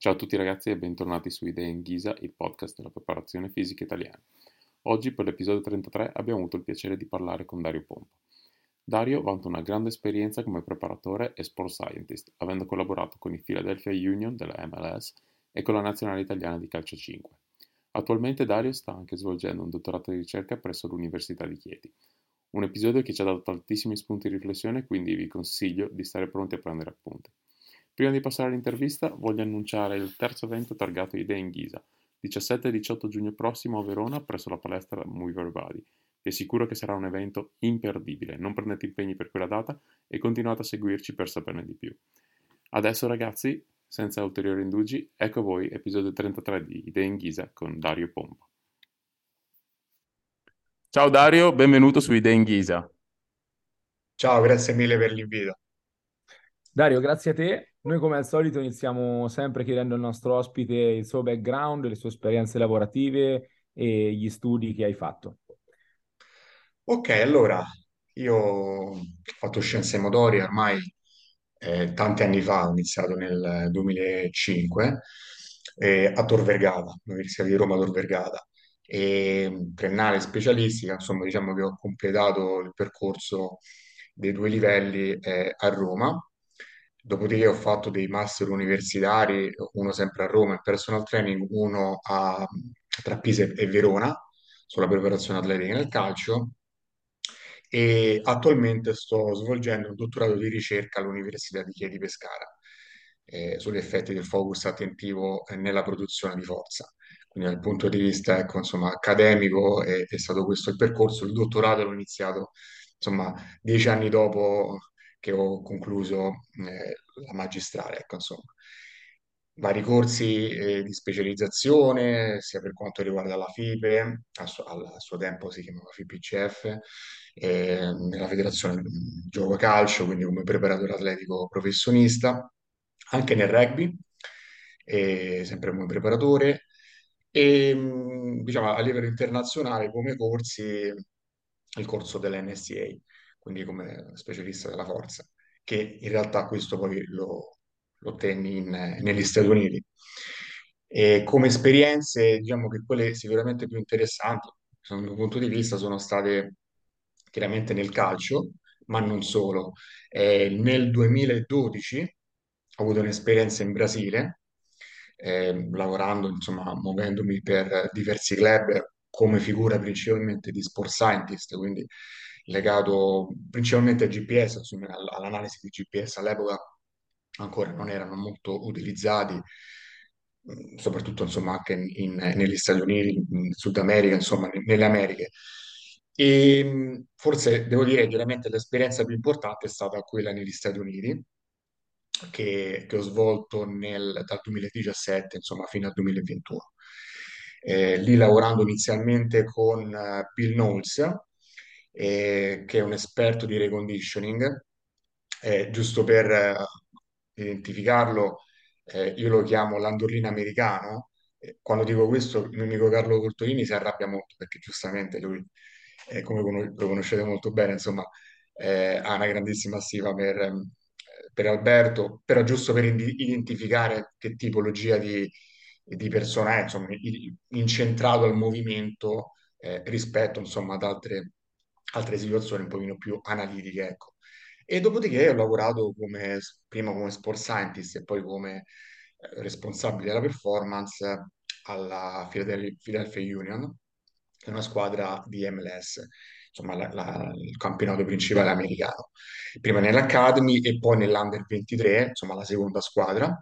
Ciao a tutti ragazzi e bentornati su Idee in Ghisa, il podcast della preparazione fisica italiana. Oggi per l'episodio 33 abbiamo avuto il piacere di parlare con Dario Pompa. Dario vanta una grande esperienza come preparatore e sport scientist, avendo collaborato con i Philadelphia Union della MLS e con la nazionale italiana di calcio 5. Attualmente Dario sta anche svolgendo un dottorato di ricerca presso l'Università di Chieti. Un episodio che ci ha dato tantissimi spunti di riflessione, quindi vi consiglio di stare pronti a prendere appunti. Prima di passare all'intervista, voglio annunciare il terzo evento targato Idee in Ghisa, 17 e 18 giugno prossimo a Verona presso la palestra Move Your Body. Vi assicuro che sarà un evento imperdibile, non prendete impegni per quella data e continuate a seguirci per saperne di più. Adesso ragazzi, senza ulteriori indugi, ecco a voi episodio 33 di Idee in Ghisa con Dario Pompa. Ciao Dario, benvenuto su Idee in Ghisa. Ciao, grazie mille per l'invito. Dario, grazie a te. Noi come al solito iniziamo sempre chiedendo al nostro ospite il suo background, le sue esperienze lavorative e gli studi che hai fatto. Ok, allora, io ho fatto scienze motorie ormai tanti anni fa, ho iniziato nel 2005 a Tor Vergata, Università di Roma Tor Vergata, e triennale specialistica, insomma diciamo che ho completato il percorso dei due livelli a Roma. Dopodiché ho fatto dei master universitari, uno sempre a Roma in personal training, uno tra Pisa e Verona sulla preparazione atletica nel calcio e attualmente sto svolgendo un dottorato di ricerca all'Università di Chieti Pescara sugli effetti del focus attentivo nella produzione di forza. Quindi dal punto di vista, ecco, insomma, accademico è stato questo il percorso. Il dottorato l'ho iniziato, insomma, 10 anni dopo che ho concluso la magistrale, ecco, insomma. Vari corsi di specializzazione, sia per quanto riguarda la FIPE, a suo tempo si chiamava FIPCF, nella Federazione Gioco Calcio, quindi come preparatore atletico professionista, anche nel rugby, sempre come preparatore, e diciamo a livello internazionale come corsi il corso dell'NSA, quindi come specialista della forza, che in realtà questo poi lo ottenni negli Stati Uniti. E come esperienze, diciamo che quelle sicuramente più interessanti, dal mio punto di vista, sono state chiaramente nel calcio, ma non solo. Nel 2012 ho avuto un'esperienza in Brasile, lavorando, insomma, muovendomi per diversi club come figura principalmente di sport scientist, quindi legato principalmente a GPS, insomma, all'analisi di GPS all'epoca ancora non erano molto utilizzati, soprattutto insomma anche negli Stati Uniti, in Sud America, insomma, nelle Americhe. E forse devo dire chiaramente l'esperienza più importante è stata quella negli Stati Uniti, che ho svolto dal 2017, insomma, fino al 2021. Lì lavorando inizialmente con Bill Knowles, che è un esperto di reconditioning, giusto per identificarlo, io lo chiamo l'andorlino americano. Quando dico questo, il mio amico Carlo Coltolini si arrabbia molto perché giustamente lui, come lo conoscete molto bene, insomma, ha una grandissima stima per Alberto, però giusto per identificare che tipologia di persona è, insomma, incentrato al movimento rispetto, insomma, ad altre situazioni un pochino più analitiche, ecco. E dopodiché ho lavorato prima come sport scientist e poi come responsabile della performance alla Philadelphia Union, che è una squadra di MLS, insomma il campionato principale americano. Prima nell'Academy e poi nell'Under 23, insomma la seconda squadra,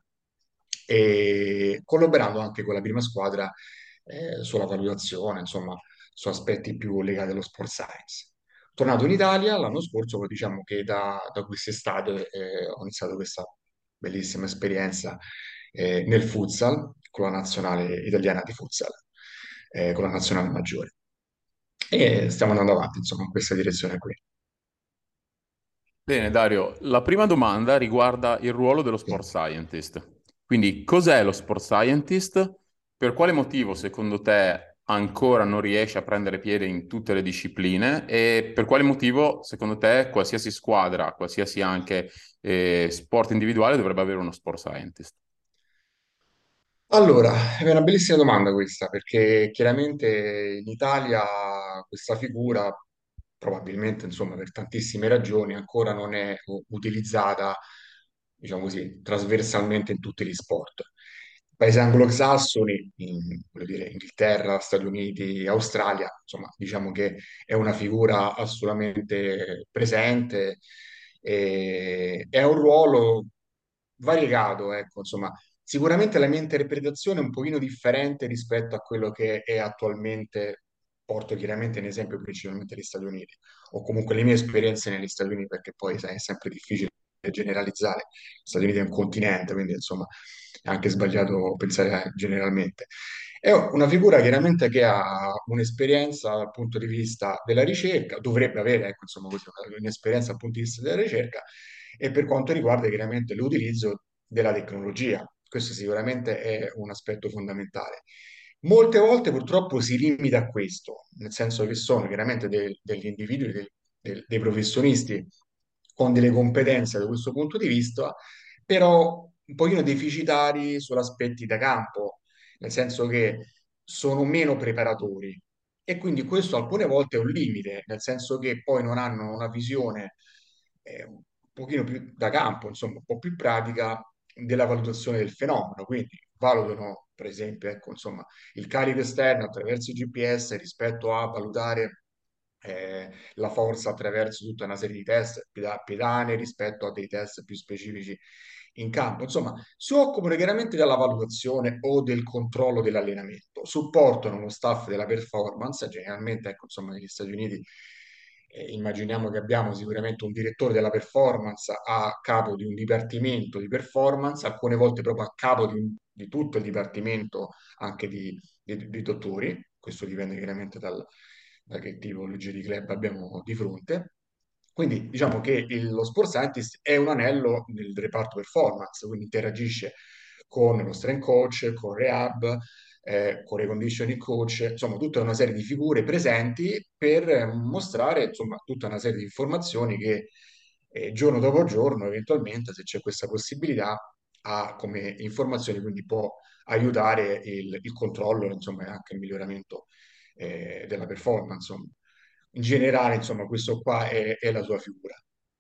e collaborando anche con la prima squadra sulla valutazione, insomma, su aspetti più legati allo sport science. Tornato in Italia l'anno scorso, poi diciamo che da quest'estate ho iniziato questa bellissima esperienza nel futsal, con la nazionale italiana di futsal, con la nazionale maggiore. E stiamo andando avanti, insomma, in questa direzione qui. Bene, Dario, la prima domanda riguarda il ruolo dello Sì. sport scientist. Quindi, cos'è lo sport scientist? Per quale motivo, secondo te, ancora non riesce a prendere piede in tutte le discipline? E per quale motivo, secondo te, qualsiasi squadra, qualsiasi anche sport individuale dovrebbe avere uno sport scientist? Allora, è una bellissima domanda questa, perché chiaramente in Italia questa figura, probabilmente, insomma, per tantissime ragioni, ancora non è utilizzata, diciamo così, trasversalmente in tutti gli sport. Paesi anglosassoni, voglio dire, Inghilterra, Stati Uniti, Australia, insomma, diciamo che è una figura assolutamente presente e è un ruolo variegato, ecco, insomma. Sicuramente la mia interpretazione è un pochino differente rispetto a quello che è attualmente, porto chiaramente in esempio principalmente gli Stati Uniti, o comunque le mie esperienze negli Stati Uniti, perché poi sai, è sempre difficile generalizzare. Gli Stati Uniti è un continente, quindi insomma è anche sbagliato pensare generalmente. È una figura chiaramente che ha un'esperienza dal punto di vista della ricerca, dovrebbe avere, ecco, insomma, così, un'esperienza dal punto di vista della ricerca, e per quanto riguarda chiaramente l'utilizzo della tecnologia. Questo sicuramente è un aspetto fondamentale. Molte volte purtroppo si limita a questo, nel senso che sono chiaramente degli individui, dei professionisti con delle competenze da questo punto di vista, però un pochino deficitari su aspetti da campo, nel senso che sono meno preparatori e quindi questo alcune volte è un limite, nel senso che poi non hanno una visione un pochino più da campo, insomma, un po' più pratica della valutazione del fenomeno. Quindi valutano, per esempio, ecco, insomma, il carico esterno attraverso il GPS rispetto a valutare la forza attraverso tutta una serie di test pedane rispetto a dei test più specifici in campo. Insomma, si occupano chiaramente della valutazione o del controllo dell'allenamento, supportano lo staff della performance, generalmente, ecco, insomma, negli Stati Uniti immaginiamo che abbiamo sicuramente un direttore della performance a capo di un dipartimento di performance, alcune volte proprio a capo di tutto il dipartimento anche di dottori, questo dipende chiaramente da che tipologia di club abbiamo di fronte. Quindi diciamo che lo sport scientist è un anello nel reparto performance, quindi interagisce con lo strength coach, con rehab, con i conditioning coach, insomma tutta una serie di figure presenti per mostrare insomma tutta una serie di informazioni che giorno dopo giorno, eventualmente, se c'è questa possibilità, ha come informazioni, quindi può aiutare il controllo, insomma, e anche il miglioramento della performance. Insomma. In generale, insomma, questo qua è la sua figura.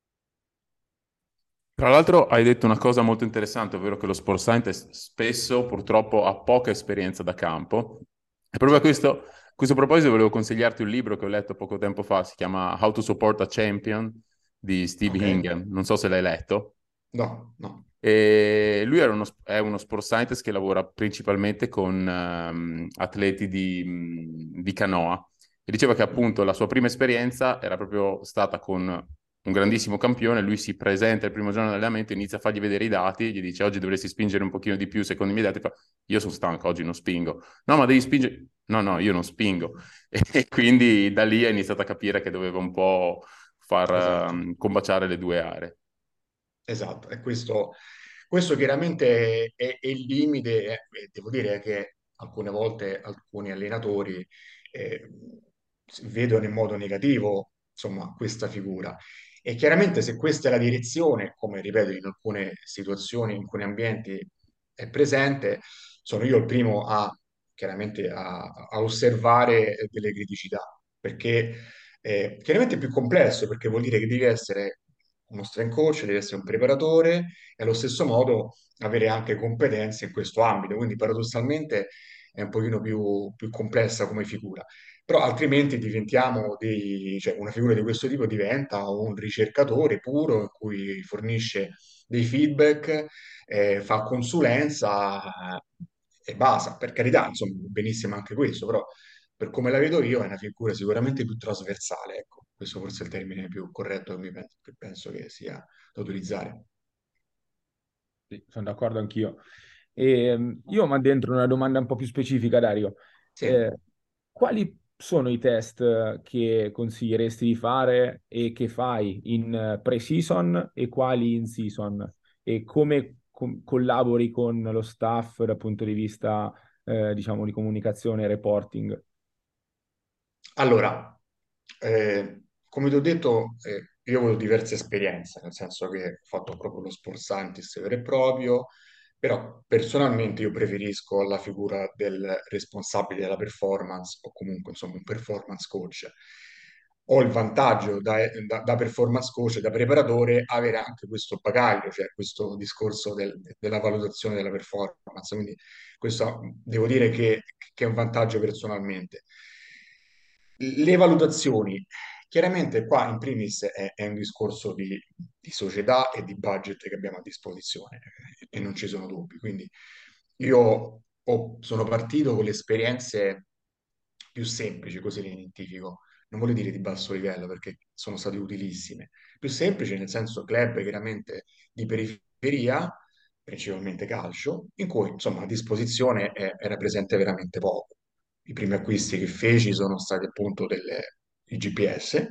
Tra l'altro hai detto una cosa molto interessante, ovvero che lo sport scientist spesso purtroppo ha poca esperienza da campo. E proprio Sì, a questo proposito volevo consigliarti un libro che ho letto poco tempo fa, si chiama How to Support a Champion di Steve ok. Hingham, non so se l'hai letto. No, no. E lui è uno sport scientist che lavora principalmente con atleti di canoa e diceva che appunto la sua prima esperienza era proprio stata con un grandissimo campione, lui si presenta il primo giorno di allenamento, inizia a fargli vedere i dati, gli dice oggi dovresti spingere un pochino di più secondo i miei dati, fa, io sono stanco, oggi non spingo. No, ma devi spingere. No, no, io non spingo. E quindi da lì ha iniziato a capire che doveva un po' far Esatto. combaciare le due aree. Esatto, e questo chiaramente è il limite, e devo dire che alcune volte alcuni allenatori eh, vedono in modo negativo, insomma, questa figura. E chiaramente se questa è la direzione, come ripeto, in alcune situazioni, in alcuni ambienti è presente, sono io il primo chiaramente a osservare delle criticità, perché chiaramente è più complesso, perché vuol dire che devi essere uno strength coach, deve essere un preparatore e allo stesso modo avere anche competenze in questo ambito, quindi paradossalmente è un pochino più complessa come figura. Però altrimenti diventiamo cioè una figura di questo tipo diventa un ricercatore puro in cui fornisce dei feedback, fa consulenza e basta. Per carità, insomma, benissimo anche questo, però per come la vedo io è una figura sicuramente più trasversale, ecco. Questo forse è il termine più corretto che penso che sia da utilizzare. Sì, sono d'accordo anch'io. Io ma dentro una domanda un po' più specifica, Dario. Sì. Eh, quali sono i test che consiglieresti di fare e che fai in pre-season e quali in season? E come collabori con lo staff dal punto di vista, diciamo, di comunicazione e reporting? Allora, come ti ho detto, io ho avuto diverse esperienze, nel senso che ho fatto proprio lo sport scientist vero e proprio, Però personalmente io preferisco la figura del responsabile della performance o comunque insomma un performance coach. Ho il vantaggio da performance coach, da preparatore, avere anche questo bagaglio, cioè questo discorso della valutazione della performance. Quindi questo devo dire che è un vantaggio personalmente. Le valutazioni, chiaramente qua in primis è un discorso di società e di budget che abbiamo a disposizione e non ci sono dubbi. Quindi sono partito con le esperienze più semplici, così le identifico. Non voglio dire di basso livello perché sono state utilissime. Più semplici nel senso club chiaramente di periferia, principalmente calcio, in cui insomma a disposizione era presente veramente poco. I primi acquisti che feci sono stati appunto i GPS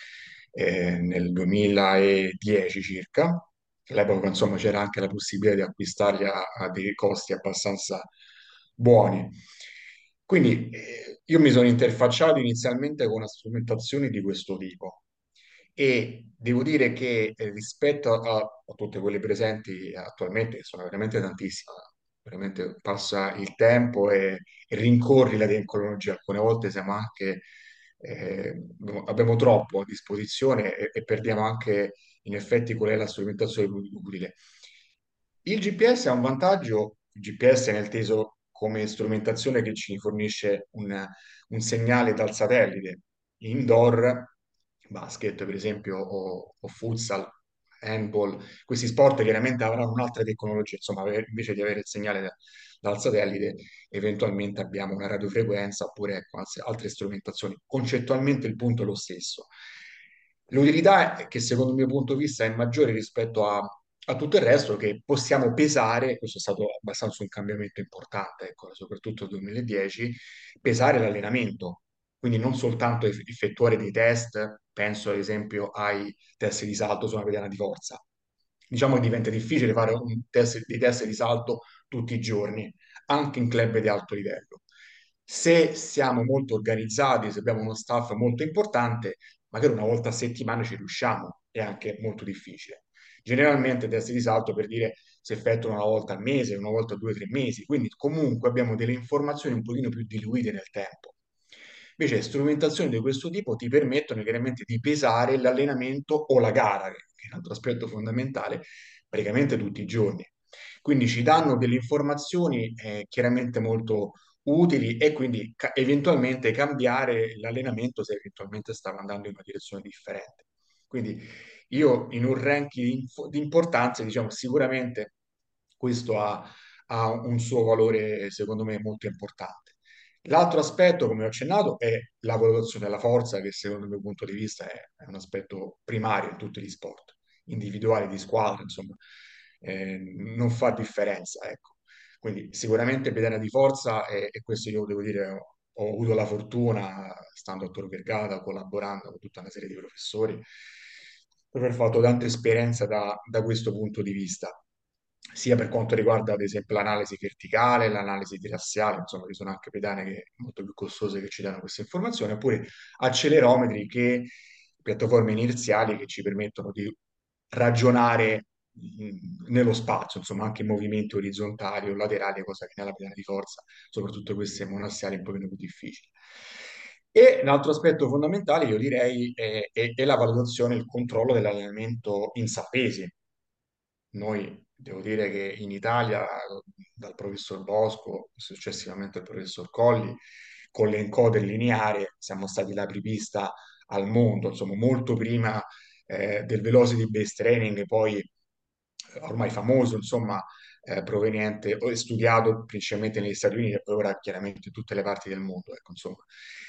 nel 2010 circa. All'epoca, insomma, c'era anche la possibilità di acquistarli a dei costi abbastanza buoni. Quindi io mi sono interfacciato inizialmente con strumentazioni di questo tipo e devo dire che rispetto a tutte quelle presenti attualmente, che sono veramente tantissime, veramente passa il tempo e rincorri la tecnologia, alcune volte siamo anche, abbiamo troppo a disposizione e perdiamo anche in effetti qual è la strumentazione più utile. Il GPS ha un vantaggio, il GPS nel teso come strumentazione che ci fornisce un segnale dal satellite, indoor, basket per esempio, o futsal, handball, questi sport chiaramente avranno un'altra tecnologia, insomma, invece di avere il segnale dal satellite, eventualmente abbiamo una radiofrequenza oppure ecco, altre strumentazioni. Concettualmente il punto è lo stesso. L'utilità è che secondo il mio punto di vista è maggiore rispetto a tutto il resto che possiamo pesare, questo è stato abbastanza un cambiamento importante, ecco, soprattutto nel 2010, pesare l'allenamento, quindi non soltanto effettuare dei test, penso ad esempio ai test di salto su una pedana di forza. Diciamo che diventa difficile fare dei test di salto tutti i giorni, anche in club di alto livello. Se siamo molto organizzati, se abbiamo uno staff molto importante, magari una volta a settimana ci riusciamo, è anche molto difficile. Generalmente test di salto per dire si effettuano una volta al mese, una volta a 2 o 3 mesi, quindi comunque abbiamo delle informazioni un pochino più diluite nel tempo. Invece strumentazioni di questo tipo ti permettono chiaramente di pesare l'allenamento o la gara, che è un altro aspetto fondamentale, praticamente tutti i giorni. Quindi ci danno delle informazioni chiaramente molto utili e quindi eventualmente cambiare l'allenamento se eventualmente stava andando in una direzione differente. Quindi io in un ranking di importanza, diciamo, sicuramente questo ha un suo valore, secondo me, molto importante. L'altro aspetto, come ho accennato, è la valutazione della forza, che secondo il mio punto di vista è un aspetto primario in tutti gli sport, individuali, di squadra, insomma, non fa differenza, ecco. Quindi sicuramente pedana di forza e questo io devo dire ho avuto la fortuna, stando a Tor Vergata, collaborando con tutta una serie di professori, di aver fatto tanta esperienza da questo punto di vista, sia per quanto riguarda ad esempio l'analisi verticale, l'analisi dirasziale, insomma ci sono anche pedane molto più costose che ci danno queste informazioni, oppure accelerometri piattaforme inerziali che ci permettono di ragionare nello spazio, insomma anche in movimenti orizzontali o laterali, cosa che nella pedana di forza, soprattutto queste monoassiali, è un pochino più difficili. E un altro aspetto fondamentale, io direi, è la valutazione e il controllo dell'allenamento in sapesi. Noi devo dire che in Italia, dal professor Bosco, successivamente al professor Colli, con l'encoder lineare siamo stati l'apripista al mondo, insomma, molto prima del velocity based training, poi ormai famoso, insomma, proveniente o studiato principalmente negli Stati Uniti e poi ora chiaramente in tutte le parti del mondo, ecco, insomma.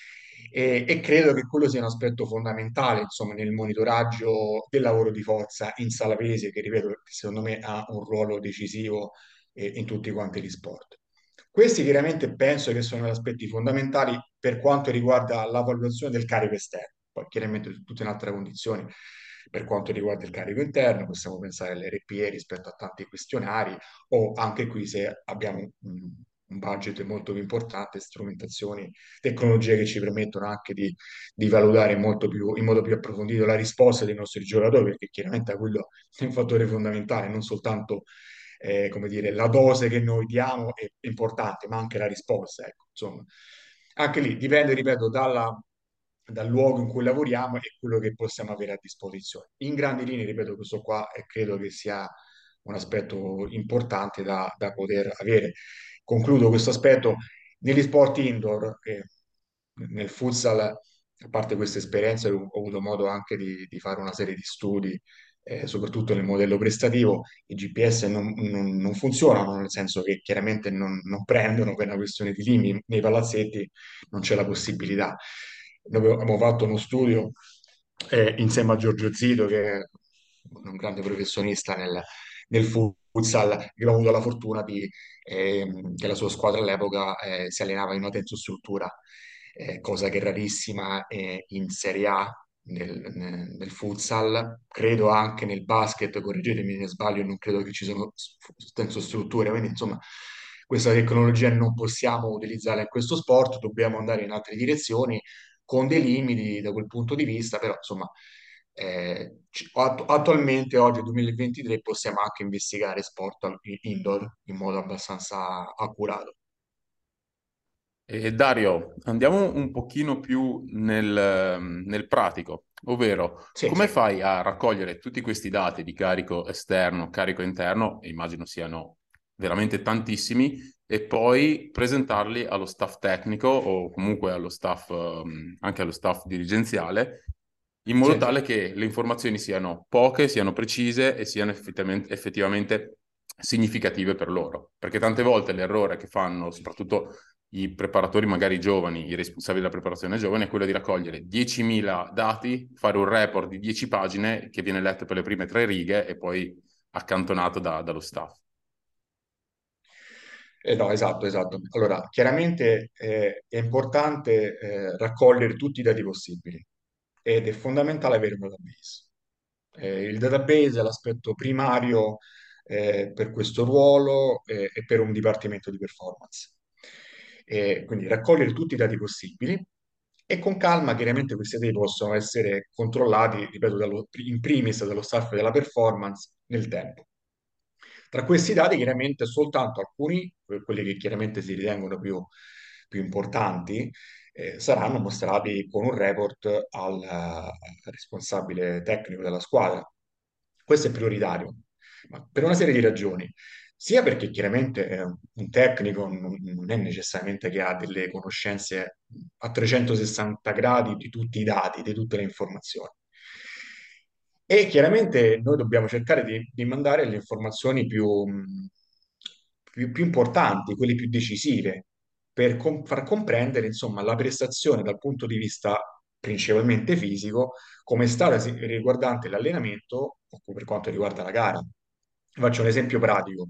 E credo che quello sia un aspetto fondamentale, insomma, nel monitoraggio del lavoro di forza in sala pesi, che ripeto, secondo me ha un ruolo decisivo in tutti quanti gli sport. Questi chiaramente penso che sono gli aspetti fondamentali per quanto riguarda la valutazione del carico esterno. Poi chiaramente su tutte in altre condizioni per quanto riguarda il carico interno, possiamo pensare all'RPE rispetto a tanti questionari o anche qui se abbiamo un budget molto più importante, strumentazioni, tecnologie che ci permettono anche di valutare in modo più approfondito la risposta dei nostri giocatori, perché chiaramente quello è un fattore fondamentale, non soltanto come dire, la dose che noi diamo è importante, ma anche la risposta, ecco, insomma. Anche lì dipende, ripeto, dal luogo in cui lavoriamo e quello che possiamo avere a disposizione. In grandi linee, ripeto, questo qua credo che sia un aspetto importante da poter avere. Concludo questo aspetto negli sport indoor, nel futsal, a parte queste esperienze, ho avuto modo anche di fare una serie di studi, soprattutto nel modello prestativo. I GPS non funzionano, nel senso che chiaramente non prendono per una questione di limiti. Nei palazzetti non c'è la possibilità. Noi abbiamo fatto uno studio insieme a Giorgio Zito, che è un grande professionista nel futsal, che abbiamo avuto la fortuna che la sua squadra all'epoca si allenava in una tensostruttura, cosa che è rarissima in Serie A nel futsal, credo anche nel basket, correggetemi se sbaglio, non credo che ci sono tensostrutture, quindi insomma questa tecnologia non possiamo utilizzarla in questo sport, dobbiamo andare in altre direzioni con dei limiti da quel punto di vista, però insomma attualmente, oggi, 2023, possiamo anche investigare sport indoor in modo abbastanza accurato. E Dario, andiamo un pochino più nel pratico, ovvero Sì, come fai a raccogliere tutti questi dati di carico esterno, carico interno, e immagino siano veramente tantissimi, e poi presentarli allo staff tecnico o comunque allo staff, anche allo staff dirigenziale, in modo sì. tale che le informazioni siano poche, siano precise e siano effettivamente significative per loro. Perché tante volte l'errore che fanno, soprattutto i preparatori magari giovani, i responsabili della preparazione giovane, è quello di raccogliere 10.000 dati, fare un report di 10 pagine che viene letto per le prime 3 righe e poi accantonato dallo staff. No, esatto, esatto. Allora, chiaramente è importante raccogliere tutti i dati possibili ed è fondamentale avere un database. Il database è l'aspetto primario per questo ruolo e per un dipartimento di performance. Quindi raccogliere tutti i dati possibili e con calma, chiaramente questi dati possono essere controllati, ripeto, in primis dallo staff della performance nel tempo. Tra questi dati, chiaramente, soltanto alcuni, quelli che chiaramente si ritengono più importanti, saranno mostrati con un report al responsabile tecnico della squadra. Questo è prioritario, ma per una serie di ragioni. Sia perché chiaramente un tecnico non è necessariamente che ha delle conoscenze a 360 gradi di tutti i dati, di tutte le informazioni. E chiaramente noi dobbiamo cercare di mandare le informazioni più importanti, quelle più decisive, per far comprendere, insomma, la prestazione dal punto di vista principalmente fisico, come è stata riguardante l'allenamento o per quanto riguarda la gara. Faccio un esempio pratico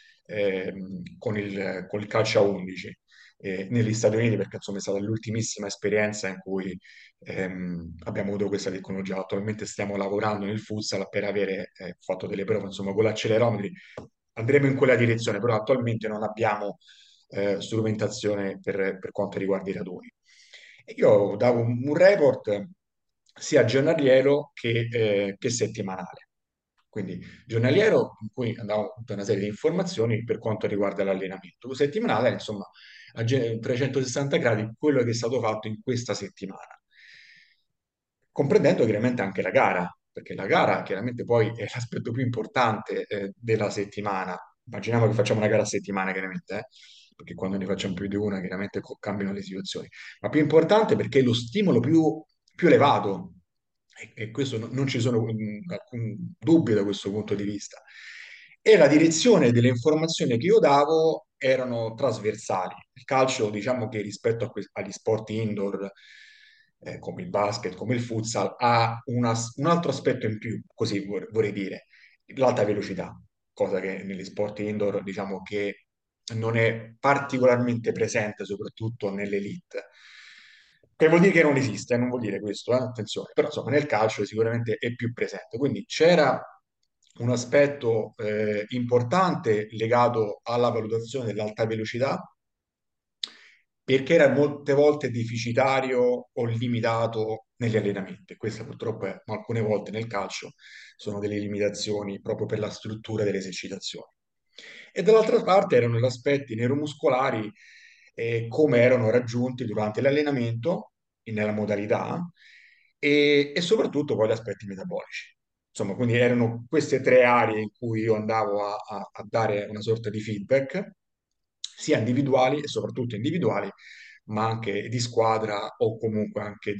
con il calcio a 11 negli Stati Uniti, perché insomma è stata l'ultimissima esperienza in cui abbiamo avuto questa tecnologia. Attualmente stiamo lavorando nel futsal per avere fatto delle prove, insomma, con l'accelerometri andremo in quella direzione, però attualmente non abbiamo strumentazione per quanto riguarda i raduni. E io davo un report sia giornaliero che settimanale. Quindi giornaliero in cui andavo tutta una serie di informazioni per quanto riguarda l'allenamento. Settimanale, insomma, a 360 gradi quello che è stato fatto in questa settimana, comprendendo chiaramente anche la gara, perché la gara chiaramente poi è l'aspetto più importante della settimana. Immaginiamo che facciamo una gara a settimana, chiaramente, perché quando ne facciamo più di una, chiaramente cambiano le situazioni. Ma più importante perché è lo stimolo più elevato, e questo non ci sono alcun dubbio da questo punto di vista. E la direzione delle informazioni che io davo erano trasversali. Il calcio, diciamo che rispetto agli sport indoor, come il basket, come il futsal, ha un altro aspetto in più, così vorrei dire, l'alta velocità, cosa che negli sport indoor, diciamo che non è particolarmente presente, soprattutto nell'elite. Che vuol dire che non esiste, non vuol dire questo, attenzione, però insomma nel calcio sicuramente è più presente. Quindi c'era un aspetto importante legato alla valutazione dell'alta velocità, perché era molte volte deficitario o limitato negli allenamenti. Queste purtroppo alcune volte nel calcio sono delle limitazioni proprio per la struttura delle esercitazioni. E dall'altra parte erano gli aspetti neuromuscolari, come erano raggiunti durante l'allenamento, nella modalità, e soprattutto poi gli aspetti metabolici. Insomma, quindi erano queste tre aree in cui io andavo a dare una sorta di feedback, sia individuali e soprattutto individuali, ma anche di squadra o comunque anche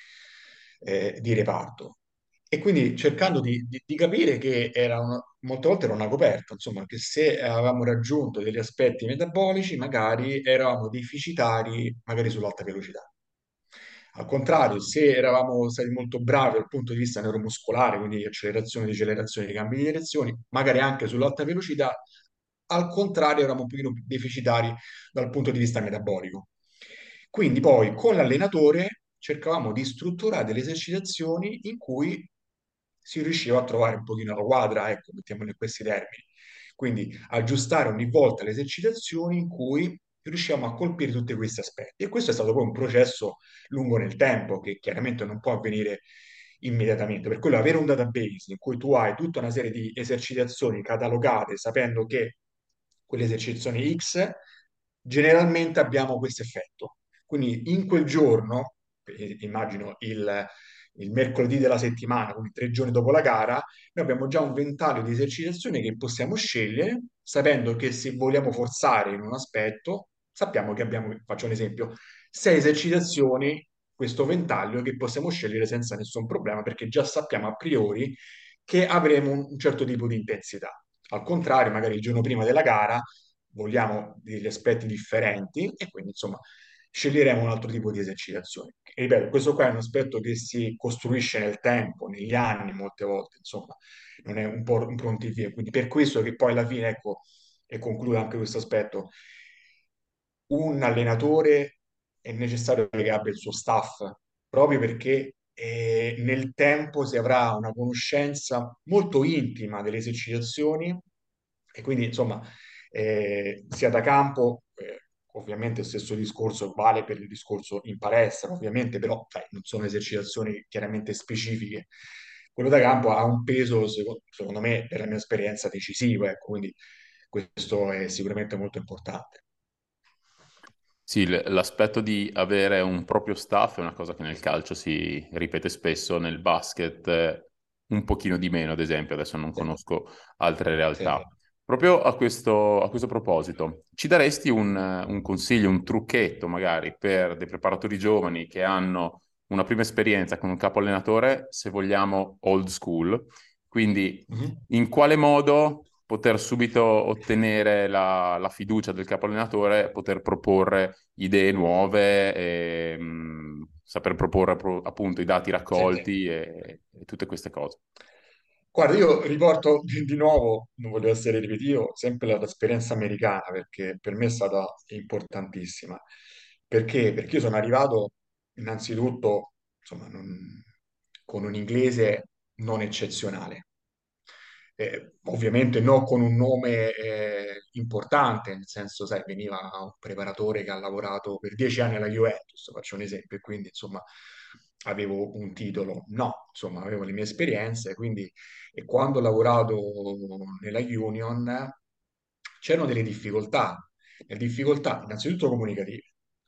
di reparto. E quindi cercando di capire che molte volte era una coperta, insomma, che se avevamo raggiunto degli aspetti metabolici, magari eravamo deficitari, magari sull'alta velocità. Al contrario, se eravamo stati molto bravi dal punto di vista neuromuscolare, quindi accelerazione, decelerazione, cambi di direzioni, magari anche sull'alta velocità, al contrario eravamo un pochino più deficitari dal punto di vista metabolico. Quindi poi con l'allenatore cercavamo di strutturare delle esercitazioni in cui si riusciva a trovare un pochino la quadra, ecco, mettiamolo in questi termini. Quindi aggiustare ogni volta le esercitazioni in cui riusciamo a colpire tutti questi aspetti. E questo è stato poi un processo lungo nel tempo, che chiaramente non può avvenire immediatamente. Per quello avere un database in cui tu hai tutta una serie di esercitazioni catalogate, sapendo che quelle esercitazioni X generalmente abbiamo questo effetto. Quindi in quel giorno, immagino il mercoledì della settimana, quindi 3 giorni dopo la gara, noi abbiamo già un ventaglio di esercitazioni che possiamo scegliere, sapendo che se vogliamo forzare in un aspetto, sappiamo che abbiamo, faccio un esempio, 6 esercitazioni, questo ventaglio che possiamo scegliere senza nessun problema, perché già sappiamo a priori che avremo un certo tipo di intensità. Al contrario, magari il giorno prima della gara vogliamo degli aspetti differenti e quindi insomma sceglieremo un altro tipo di esercitazioni. E ripeto, questo qua è un aspetto che si costruisce nel tempo, negli anni, molte volte, insomma, non è un po' un pronti via. Quindi per questo che poi alla fine, ecco, e concludo anche questo aspetto, un allenatore è necessario che abbia il suo staff, proprio perché nel tempo si avrà una conoscenza molto intima delle esercitazioni e quindi, insomma, sia da campo, ovviamente lo stesso discorso vale per il discorso in palestra, ovviamente, però non sono esercitazioni chiaramente specifiche. Quello da campo ha un peso, secondo me, per la mia esperienza, decisivo, ecco, quindi questo è sicuramente molto importante. Sì, l'aspetto di avere un proprio staff è una cosa che nel calcio si ripete spesso, nel basket un pochino di meno, ad esempio, adesso non Sì, conosco altre realtà. sì. Proprio a questo proposito, ci daresti un consiglio, un trucchetto magari per dei preparatori giovani che hanno una prima esperienza con un capo allenatore, se vogliamo old school, quindi Mhm. in quale modo poter subito ottenere la fiducia del capo allenatore, poter proporre idee nuove, e, saper proporre appunto i dati Sì. raccolti e tutte queste cose. Guarda, io riporto di nuovo, non voglio essere ripetitivo, sempre l'esperienza americana perché per me è stata importantissima. Perché? Perché io sono arrivato innanzitutto, insomma, con un inglese non eccezionale. Ovviamente non con un nome importante, nel senso, sai, veniva un preparatore che ha lavorato per 10 anni alla Juventus, faccio un esempio, e quindi insomma avevo un titolo. No, insomma, avevo le mie esperienze, quindi e quando ho lavorato nella Union c'erano delle difficoltà innanzitutto comunicative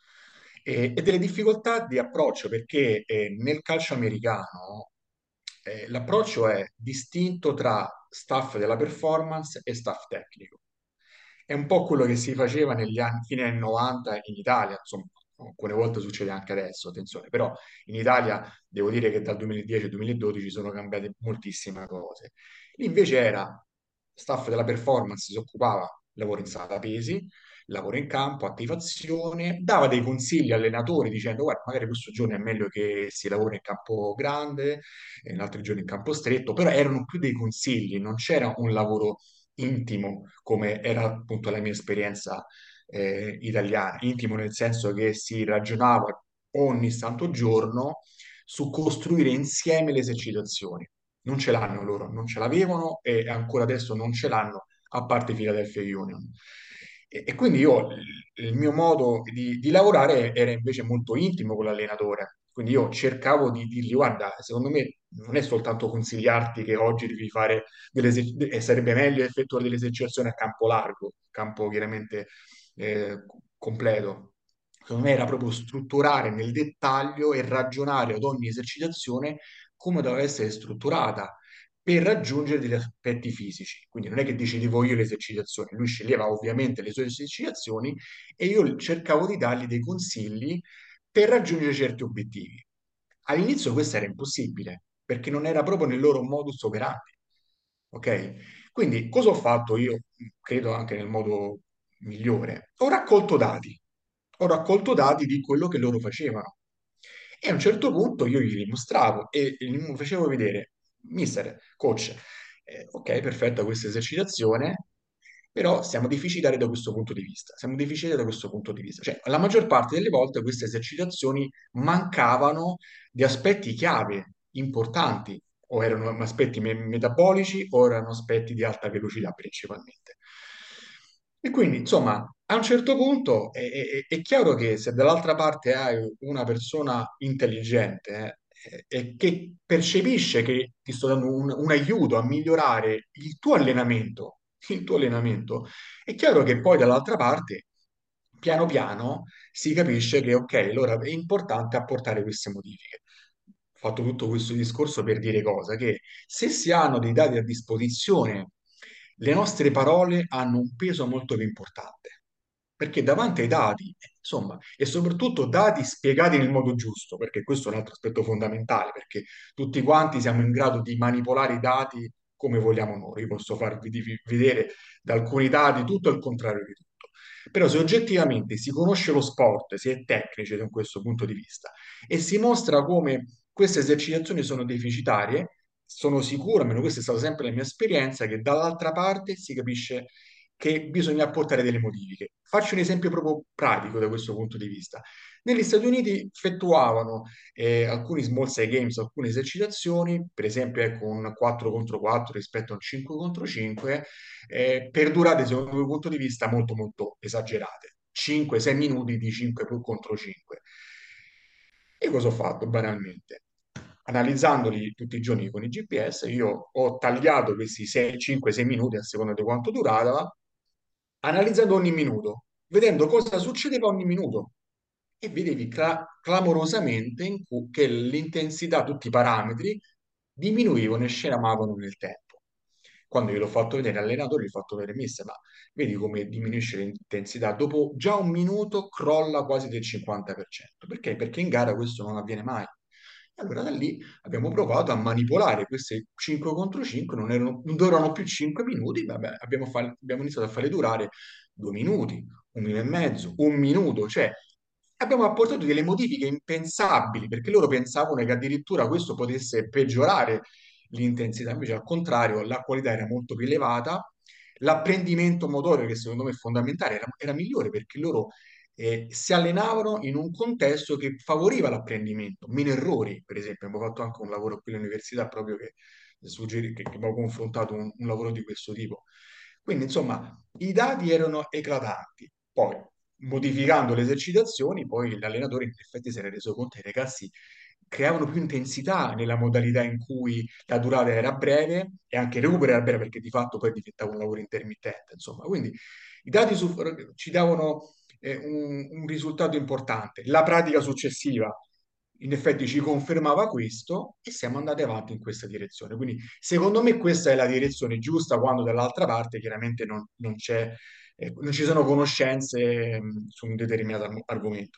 e delle difficoltà di approccio, perché nel calcio americano l'approccio è distinto tra staff della performance e staff tecnico. È un po' quello che si faceva negli anni, fine anni 90 in Italia, insomma, alcune volte succede anche adesso, attenzione, però in Italia devo dire che dal 2010 al 2012 sono cambiate moltissime cose. Lì invece era staff della performance, si occupava lavoro in sala pesi, lavoro in campo, attivazione, dava dei consigli agli allenatori dicendo guarda, magari questo giorno è meglio che si lavori in campo grande, e in altri giorni in campo stretto, però erano più dei consigli, non c'era un lavoro intimo come era appunto la mia esperienza italiana, intimo nel senso che si ragionava ogni santo giorno su costruire insieme le esercitazioni. Non ce l'hanno loro, non ce l'avevano e ancora adesso non ce l'hanno, a parte Philadelphia Union. Quindi io, il mio modo di lavorare era invece molto intimo con l'allenatore, Quindi io cercavo di dirgli, guarda, secondo me non è soltanto consigliarti che oggi devi fare e sarebbe meglio effettuare delle esercitazioni a campo largo, campo chiaramente completo. Secondo me era proprio strutturare nel dettaglio e ragionare ad ogni esercitazione come doveva essere strutturata per raggiungere degli aspetti fisici. Quindi non è che decidevo io le esercitazioni, lui sceglieva ovviamente le sue esercitazioni e io cercavo di dargli dei consigli per raggiungere certi obiettivi. All'inizio questo era impossibile, perché non era proprio nel loro modus operandi. Ok? Quindi cosa ho fatto io? Credo anche nel modo migliore. Ho raccolto dati di quello che loro facevano. E a un certo punto io gli dimostravo e gli facevo vedere, mister, coach, ok, perfetta questa esercitazione, però siamo deficitari da questo punto di vista. Siamo deficitari da questo punto di vista. Cioè, la maggior parte delle volte queste esercitazioni mancavano di aspetti chiave, importanti, o erano aspetti metabolici o erano aspetti di alta velocità principalmente. E quindi, insomma, a un certo punto è chiaro che se dall'altra parte hai una persona intelligente e che percepisce che ti sto dando un aiuto a migliorare il tuo allenamento, è chiaro che poi dall'altra parte, piano piano, si capisce che, ok, allora è importante apportare queste modifiche. Ho fatto tutto questo discorso per dire cosa? Che se si hanno dei dati a disposizione, le nostre parole hanno un peso molto più importante. Perché davanti ai dati, insomma, e soprattutto dati spiegati nel modo giusto, perché questo è un altro aspetto fondamentale, perché tutti quanti siamo in grado di manipolare i dati come vogliamo noi. Io posso farvi vedere da alcuni dati tutto il contrario di tutto. Però se oggettivamente si conosce lo sport, si è tecnici da questo punto di vista, e si mostra come queste esercitazioni sono deficitarie, sono sicuro, almeno questa è stata sempre la mia esperienza, che dall'altra parte si capisce che bisogna apportare delle modifiche. Faccio un esempio proprio pratico da questo punto di vista. Negli Stati Uniti effettuavano alcuni small size games, alcune esercitazioni, per esempio ecco, un 4 contro 4 rispetto a un 5 contro 5, per durate, secondo il mio punto di vista, molto molto esagerate. 5-6 minuti di 5 contro 5. E cosa ho fatto banalmente? Analizzandoli tutti i giorni con i GPS, io ho tagliato questi 5-6 minuti a seconda di quanto durava, analizzando ogni minuto, vedendo cosa succedeva ogni minuto. E vedevi clamorosamente che l'intensità, tutti i parametri, diminuivano e scemavano nel tempo. Quando gliel'ho fatto vedere all'allenatore, gli ho fatto vedere, mister, ma vedi come diminuisce l'intensità? Dopo già un minuto crolla quasi del 50%. Perché? Perché in gara questo non avviene mai. E allora da lì abbiamo provato a manipolare queste 5 contro 5, non durano più 5 minuti, vabbè, abbiamo iniziato a farle durare 2 minuti, un minuto e mezzo, un minuto, cioè abbiamo apportato delle modifiche impensabili, perché loro pensavano che addirittura questo potesse peggiorare l'intensità, invece al contrario la qualità era molto più elevata, l'apprendimento motorio, che secondo me è fondamentale, era migliore perché loro si allenavano in un contesto che favoriva l'apprendimento, meno errori, per esempio. Abbiamo fatto anche un lavoro qui all'università proprio che abbiamo confrontato un lavoro di questo tipo. Quindi, insomma, i dati erano eclatanti. Poi, modificando le esercitazioni, poi l'allenatore in effetti si era reso conto che i ragazzi creavano più intensità nella modalità in cui la durata era breve e anche il recupero era breve perché di fatto poi diventava un lavoro intermittente, insomma. Quindi i dati ci davano un risultato importante. La pratica successiva in effetti ci confermava questo e siamo andati avanti in questa direzione. Quindi secondo me questa è la direzione giusta quando dall'altra parte chiaramente non ci sono conoscenze su un determinato argomento.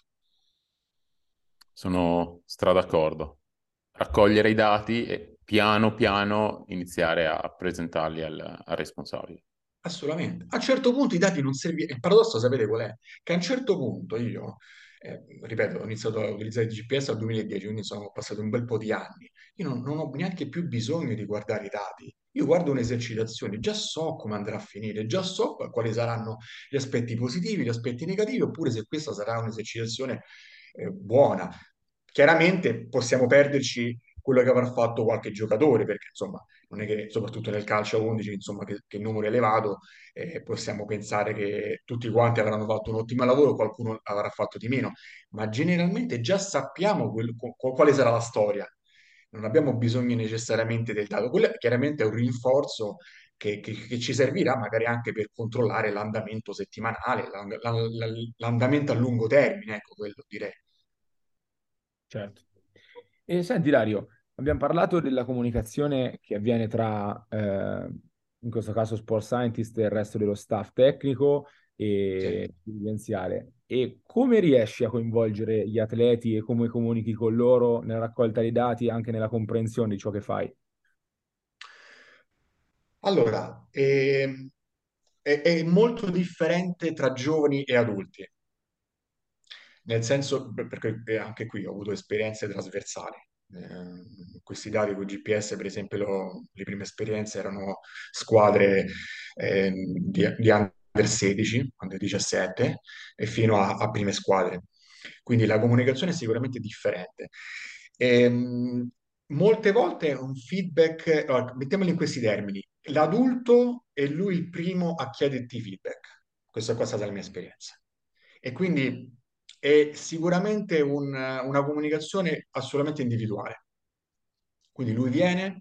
Sono d'accordo. Raccogliere i dati e piano piano iniziare a presentarli al responsabile. Assolutamente. A un certo punto i dati non servivano. Il paradosso, sapete qual è? Che a un certo punto io, ripeto, ho iniziato a utilizzare il GPS nel 2010, quindi sono passati un bel po' di anni. Io non ho neanche più bisogno di guardare i dati. Io guardo un'esercitazione, già so come andrà a finire, già so quali saranno gli aspetti positivi, gli aspetti negativi, oppure se questa sarà un'esercitazione buona. Chiaramente possiamo perderci quello che avrà fatto qualche giocatore, perché insomma non è che soprattutto nel calcio a 11, insomma, che il numero è elevato, possiamo pensare che tutti quanti avranno fatto un ottimo lavoro, qualcuno avrà fatto di meno, ma generalmente già sappiamo quale sarà la storia. Non abbiamo bisogno necessariamente del dato. Quello chiaramente è un rinforzo che ci servirà magari anche per controllare l'andamento settimanale, l'andamento a lungo termine, ecco quello direi. Certo. E senti, Dario, abbiamo parlato della comunicazione che avviene tra, in questo caso, sport scientist e il resto dello staff tecnico Sì. e dirigenziale. E come riesci a coinvolgere gli atleti e come comunichi con loro nella raccolta dei dati e anche nella comprensione di ciò che fai? Allora, è molto differente tra giovani e adulti. Nel senso, perché anche qui ho avuto esperienze trasversali. Questi dati con GPS, per esempio, le prime esperienze erano squadre di under 16, under 17 e fino a prime squadre. Quindi la comunicazione è sicuramente differente. Ehm, Molte volte un feedback, allora, mettiamolo in questi termini, l'adulto è lui il primo a chiederti feedback. Questa è stata la mia esperienza. E quindi è sicuramente una comunicazione assolutamente individuale. Quindi lui viene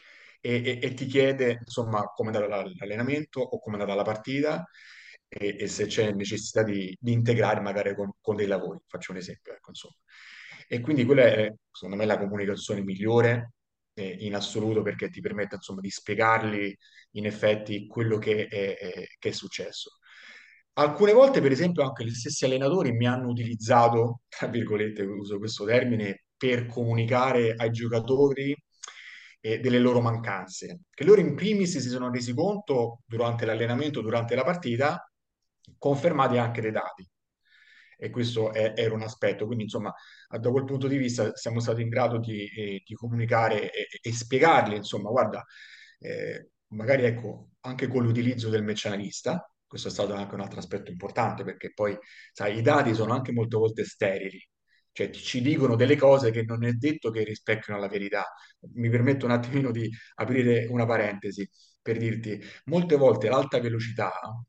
e ti chiede, insomma, come è andato l'allenamento o come è andata la partita e se c'è necessità di integrare magari con dei lavori. Faccio un esempio, ecco, insomma. E quindi quella è, secondo me, la comunicazione migliore in assoluto perché ti permette, insomma, di spiegargli in effetti quello che è successo. Alcune volte, per esempio, anche gli stessi allenatori mi hanno utilizzato, tra virgolette, uso questo termine, per comunicare ai giocatori delle loro mancanze, che loro in primis si sono resi conto durante l'allenamento, durante la partita, confermati anche dai dati. E questo era un aspetto, quindi insomma, da quel punto di vista siamo stati in grado di comunicare e spiegargli, insomma, guarda, magari ecco, anche con l'utilizzo del match analista, questo è stato anche un altro aspetto importante, perché poi, sai, i dati sono anche molte volte sterili, cioè ci dicono delle cose che non è detto che rispecchiano la verità. Mi permetto un attimino di aprire una parentesi per dirti, molte volte l'alta velocità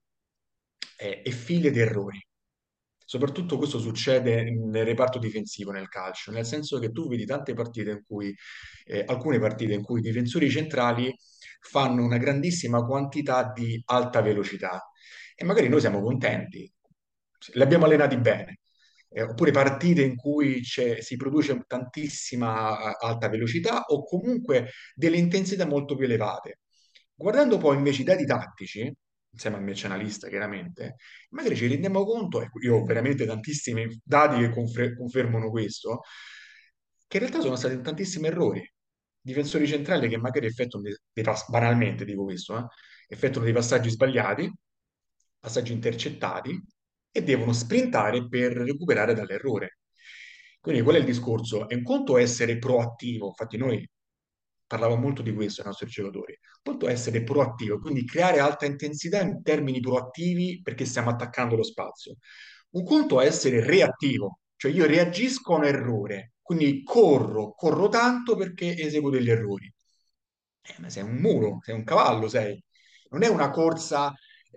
è figlia di errori. Soprattutto questo succede nel reparto difensivo nel calcio, nel senso che tu vedi tante partite in cui, alcune partite in cui i difensori centrali fanno una grandissima quantità di alta velocità e magari noi siamo contenti, li abbiamo allenati bene. Oppure partite in cui si produce tantissima alta velocità o comunque delle intensità molto più elevate. Guardando poi invece i dati tattici, insieme al match analista chiaramente, magari ci rendiamo conto, ecco, io ho veramente tantissimi dati che confermano questo, che in realtà sono stati tantissimi errori. Difensori centrali che magari effettuano banalmente dico questo, effettuano dei passaggi sbagliati, passaggi intercettati e devono sprintare per recuperare dall'errore. Quindi qual è il discorso? È un conto essere proattivo, infatti noi parlavamo molto di questo ai nostri giocatori, un conto essere proattivo, quindi creare alta intensità in termini proattivi perché stiamo attaccando lo spazio. Un conto è essere reattivo, cioè io reagisco a un errore, quindi corro tanto perché eseguo degli errori. Ma sei un muro, sei un cavallo, sei. Non è una corsa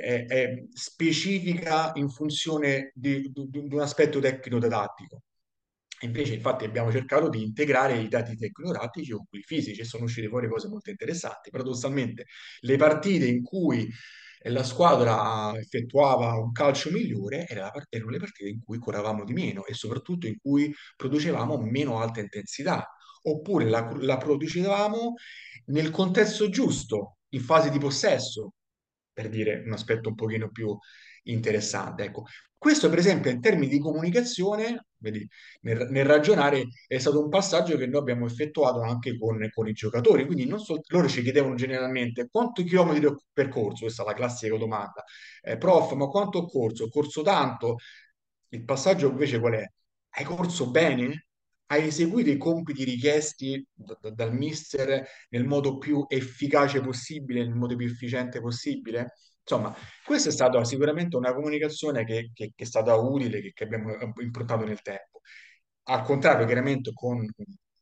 specifica in funzione di un aspetto tecnico-tattico. Invece, infatti, abbiamo cercato di integrare i dati tecnotattici con quelli fisici e sono uscite fuori cose molto interessanti. Paradossalmente, le partite in cui la squadra effettuava un calcio migliore erano le partite in cui corravamo di meno e soprattutto in cui producevamo meno alta intensità, oppure la producevamo nel contesto giusto, in fase di possesso, per dire un aspetto un pochino più interessante. Ecco, questo per esempio in termini di comunicazione, vedi, nel ragionare è stato un passaggio che noi abbiamo effettuato anche con i giocatori, quindi non loro ci chiedevano generalmente quanto chilometri ho percorso, questa è la classica domanda, prof, ma quanto ho corso? Ho corso tanto? Il passaggio invece qual è? Hai corso bene? Hai eseguito i compiti richiesti dal mister nel modo più efficace possibile, nel modo più efficiente possibile? Insomma, questa è stata sicuramente una comunicazione che è stata utile, che abbiamo improntato nel tempo. Al contrario, chiaramente con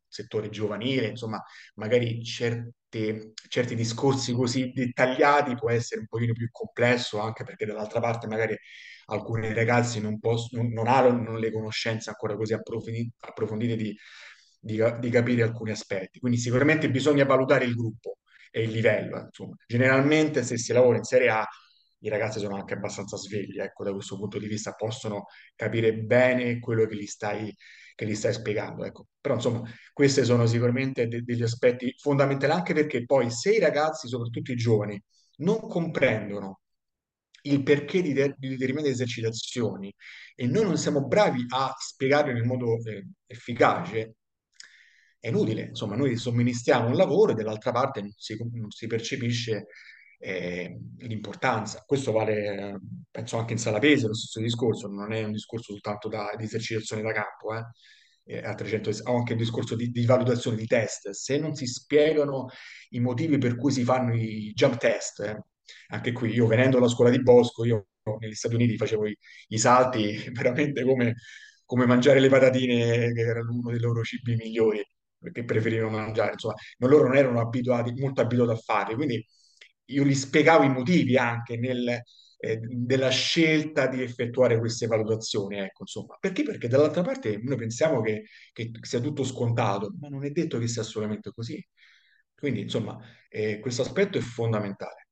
settore giovanile, insomma, magari certi discorsi così dettagliati può essere un pochino più complesso, anche perché dall'altra parte magari alcuni ragazzi non hanno le conoscenze ancora così approfondite di capire alcuni aspetti. Quindi sicuramente bisogna valutare il gruppo e il livello, insomma. Generalmente se si lavora in Serie A i ragazzi sono anche abbastanza svegli, ecco, da questo punto di vista possono capire bene quello che gli stai spiegando, ecco. Però insomma, questi sono sicuramente degli aspetti fondamentali, anche perché poi se i ragazzi, soprattutto i giovani, non comprendono il perché di determinate esercitazioni e noi non siamo bravi a spiegarlo in modo efficace, è inutile. Insomma, noi somministriamo un lavoro e dall'altra parte non si percepisce l'importanza. Questo vale, penso anche in sala pesi, lo stesso discorso, non è un discorso soltanto di esercitazione da campo, a 300, o anche il discorso di valutazione di test. Se non si spiegano i motivi per cui si fanno i jump test, anche qui io venendo dalla scuola di Bosco, io negli Stati Uniti facevo i salti veramente come mangiare le patatine, che erano uno dei loro cibi migliori, perché preferivano mangiare, insomma, loro non erano molto abituati a farli, quindi io gli spiegavo i motivi anche della scelta di effettuare queste valutazioni, ecco, insomma. Perché? Perché dall'altra parte noi pensiamo che sia tutto scontato, ma non è detto che sia assolutamente così. Quindi, insomma, questo aspetto è fondamentale.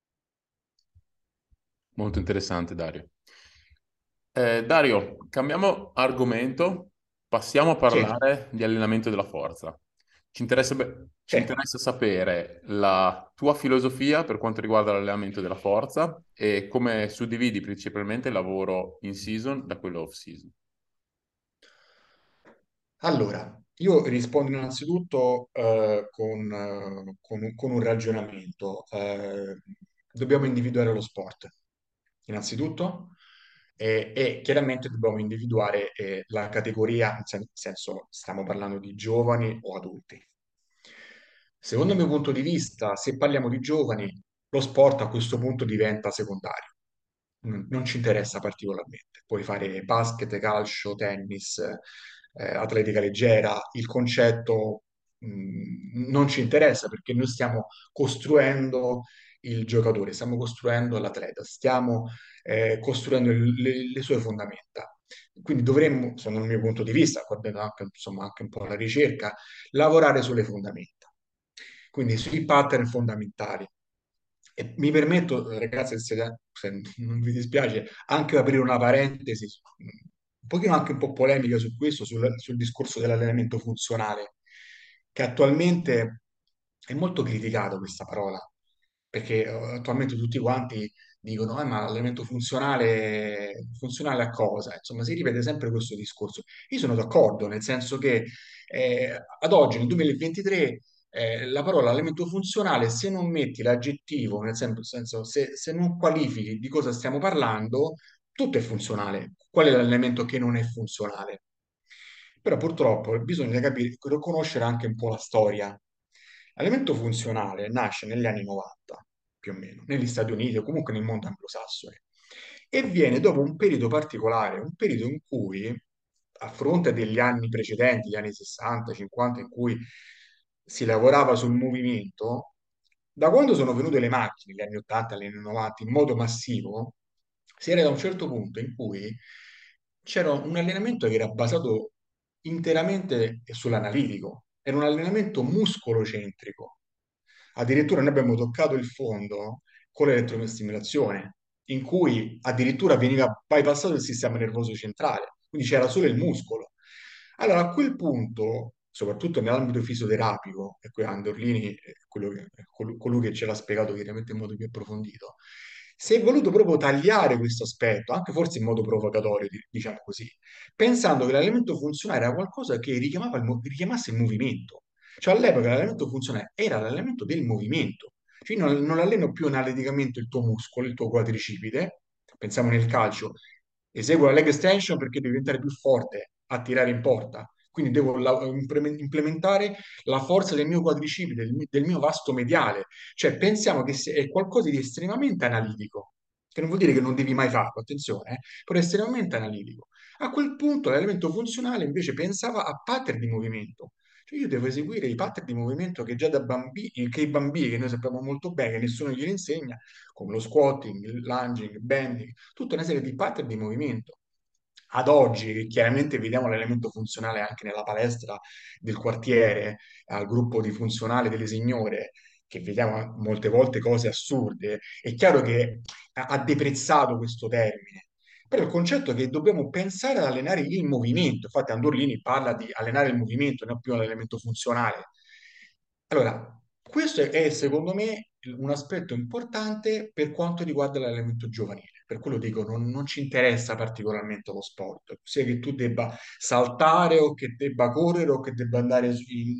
Molto interessante, Dario. Dario, cambiamo argomento, passiamo a Sì, parlare di allenamento della forza. Ci sì. interessa sapere la tua filosofia per quanto riguarda l'allenamento della forza e come suddividi principalmente il lavoro in season da quello off season. Allora, io rispondo innanzitutto con un ragionamento. Dobbiamo individuare lo sport, innanzitutto, e chiaramente dobbiamo individuare la categoria, nel senso, stiamo parlando di giovani o adulti. Secondo il mio punto di vista, se parliamo di giovani, lo sport a questo punto diventa secondario, non ci interessa particolarmente. Puoi fare basket, calcio, tennis, atletica leggera, il concetto non ci interessa perché noi stiamo costruendo il giocatore, stiamo costruendo l'atleta, stiamo costruendo le sue fondamenta. Quindi dovremmo, secondo il mio punto di vista, guardando anche, insomma, anche un po' la ricerca, lavorare sulle fondamenta, quindi sui pattern fondamentali. E mi permetto, ragazzi, se non vi dispiace, anche aprire una parentesi, un pochino anche un po' polemica su questo, sul discorso dell'allenamento funzionale, che attualmente è molto criticato questa parola, perché attualmente tutti quanti dicono, ma l'allenamento funzionale a cosa? Insomma, si ripete sempre questo discorso. Io sono d'accordo, nel senso che ad oggi, nel 2023, la parola elemento funzionale, se non metti l'aggettivo, nel senso, se non qualifichi di cosa stiamo parlando, tutto è funzionale. Qual è l'elemento che non è funzionale? Però purtroppo bisogna capire, conoscere anche un po' la storia. L'elemento funzionale nasce negli anni 90, più o meno, negli Stati Uniti o comunque nel mondo anglosassone, e viene dopo un periodo particolare, un periodo in cui, a fronte degli anni precedenti, gli anni 60, 50, in cui si lavorava sul movimento, da quando sono venute le macchine, negli anni 80, negli anni 90, in modo massivo, si era da un certo punto in cui c'era un allenamento che era basato interamente sull'analitico, era un allenamento muscolocentrico. Addirittura noi abbiamo toccato il fondo con l'elettrostimolazione, in cui addirittura veniva bypassato il sistema nervoso centrale, quindi c'era solo il muscolo. Allora a quel punto, soprattutto nell'ambito fisioterapico, e qui Andorlini è colui che ce l'ha spiegato chiaramente in modo più approfondito, si è voluto proprio tagliare questo aspetto, anche forse in modo provocatorio, diciamo così, pensando che l'elemento funzionale era qualcosa che richiamasse il movimento. Cioè all'epoca l'allenamento funzionale era l'allenamento del movimento. Cioè non alleno più analiticamente il tuo muscolo, il tuo quadricipite, pensiamo nel calcio, eseguo la leg extension perché devo diventare più forte a tirare in porta, quindi devo implementare la forza del mio quadricipite, del mio vasto mediale. Cioè pensiamo che è qualcosa di estremamente analitico, che non vuol dire che non devi mai farlo, attenzione, però è estremamente analitico. A quel punto l'elemento funzionale invece pensava a pattern di movimento, Cioè io devo eseguire i pattern di movimento che già da bambini, che i bambini, che noi sappiamo molto bene, che nessuno glieli insegna, come lo squatting, il lunging, il bending, tutta una serie di pattern di movimento. Ad oggi, che chiaramente vediamo l'elemento funzionale anche nella palestra del quartiere, al gruppo di funzionale delle signore, che vediamo molte volte cose assurde, è chiaro che ha deprezzato questo termine. Però il concetto è che dobbiamo pensare ad allenare il movimento. Infatti Andorlini parla di allenare il movimento, non più l'elemento funzionale. Allora, questo è secondo me un aspetto importante per quanto riguarda l'allenamento giovanile. Per quello dico, non ci interessa particolarmente lo sport, sia che tu debba saltare o che debba correre o che debba andare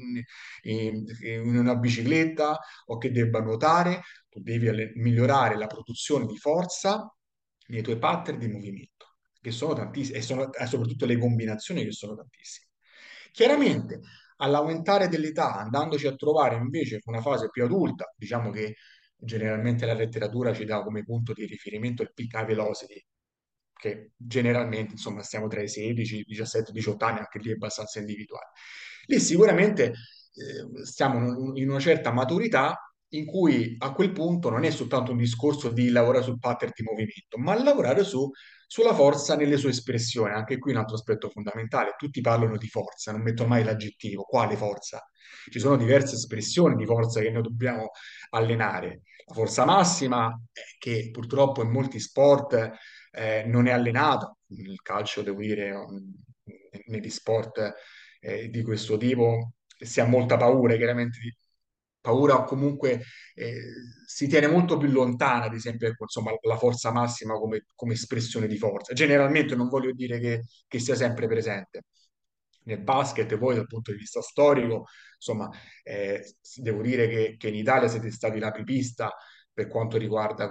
in una bicicletta o che debba nuotare, tu devi migliorare la produzione di forza nei tuoi pattern di movimento, che sono tantissimi, e soprattutto le combinazioni che sono tantissime. Chiaramente, all'aumentare dell'età, andandoci a trovare invece una fase più adulta, diciamo che generalmente la letteratura ci dà come punto di riferimento il peak high velocity, che generalmente insomma stiamo tra i 16, 17, 18 anni, anche lì è abbastanza individuale. Lì sicuramente stiamo in una certa maturità in cui a quel punto non è soltanto un discorso di lavorare sul pattern di movimento, ma lavorare sulla forza nelle sue espressioni. Anche qui un altro aspetto fondamentale. Tutti parlano di forza, non metto mai l'aggettivo. Quale forza? Ci sono diverse espressioni di forza che noi dobbiamo allenare. La forza massima, che purtroppo in molti sport non è allenata. Il calcio, devo dire, negli sport di questo tipo si ha molta paura, chiaramente, paura o comunque eh, si tiene molto più lontana, ad esempio, ecco, insomma, la forza massima come espressione di forza. Generalmente non voglio dire che sia sempre presente. Nel basket, poi dal punto di vista storico, insomma, devo dire che in Italia siete stati l'apripista per quanto riguarda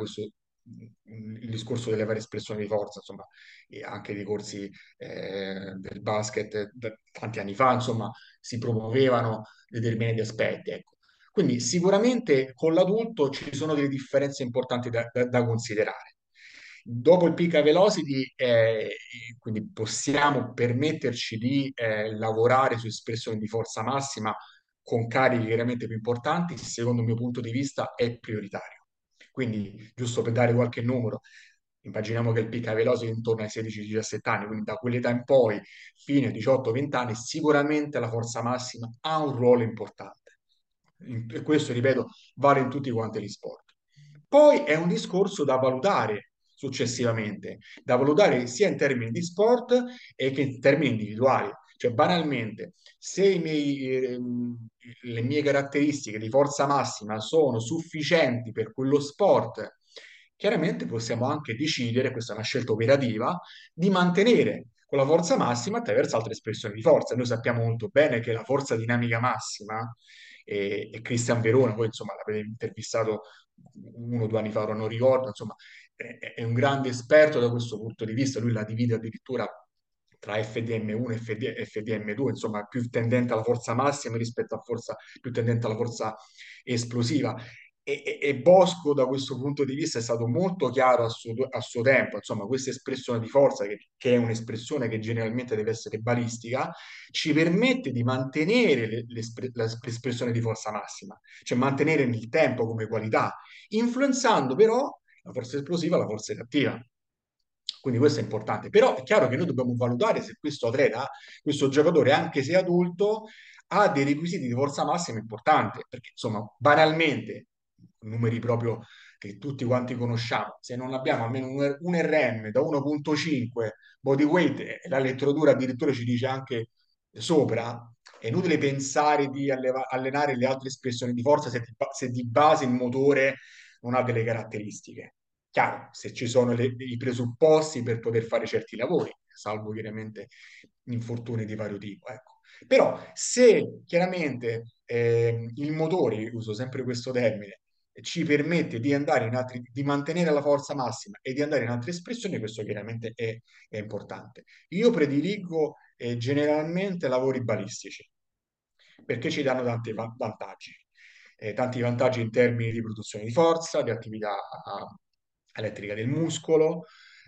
il discorso delle varie espressioni di forza, insomma, e anche dei corsi del basket tanti anni fa, insomma, si promuovevano determinati aspetti, ecco. Quindi sicuramente con l'adulto ci sono delle differenze importanti da considerare. Dopo il peak velocity, quindi possiamo permetterci di lavorare su espressioni di forza massima con carichi chiaramente più importanti, secondo il mio punto di vista è prioritario. Quindi, giusto per dare qualche numero, immaginiamo che il peak velocity è intorno ai 16-17 anni, quindi da quell'età in poi, fino ai 18-20 anni, sicuramente la forza massima ha un ruolo importante. E questo, ripeto, vale in tutti quanti gli sport. Poi è un discorso da valutare successivamente, da valutare sia in termini di sport che in termini individuali. Cioè, banalmente, se le mie caratteristiche di forza massima sono sufficienti per quello sport, chiaramente possiamo anche decidere, questa è una scelta operativa, di mantenere quella forza massima attraverso altre espressioni di forza. Noi sappiamo molto bene che la forza dinamica massima, e Christian Verona, voi insomma l'avete intervistato 1 o 2 anni fa, ora non ricordo, insomma, è un grande esperto da questo punto di vista, lui la divide addirittura tra FDM1 e FDM2, insomma, più tendente alla forza massima rispetto a forza, più tendente alla forza esplosiva. E Bosco da questo punto di vista è stato molto chiaro a suo tempo, insomma, questa espressione di forza, che è un'espressione che generalmente deve essere balistica, ci permette di mantenere l'espressione di forza massima, cioè mantenere nel tempo come qualità, influenzando però la forza esplosiva la forza reattiva. Quindi questo è importante. Però è chiaro che noi dobbiamo valutare se questo atleta, questo giocatore, anche se adulto, ha dei requisiti di forza massima importanti, perché insomma, banalmente, numeri proprio che tutti quanti conosciamo, se non abbiamo almeno un RM da 1,5 body weight, e la letteratura addirittura ci dice anche sopra, è inutile pensare di allenare le altre espressioni di forza se di base il motore non ha delle caratteristiche. Chiaro, se ci sono i presupposti per poter fare certi lavori, salvo chiaramente infortuni di vario tipo, ecco. Però se chiaramente il motore, uso sempre questo termine, ci permette di andare di mantenere la forza massima e di andare in altre espressioni, questo chiaramente è importante. Io prediligo generalmente lavori balistici perché ci danno tanti vantaggi. Tanti vantaggi in termini di produzione di forza, di attività elettrica del muscolo,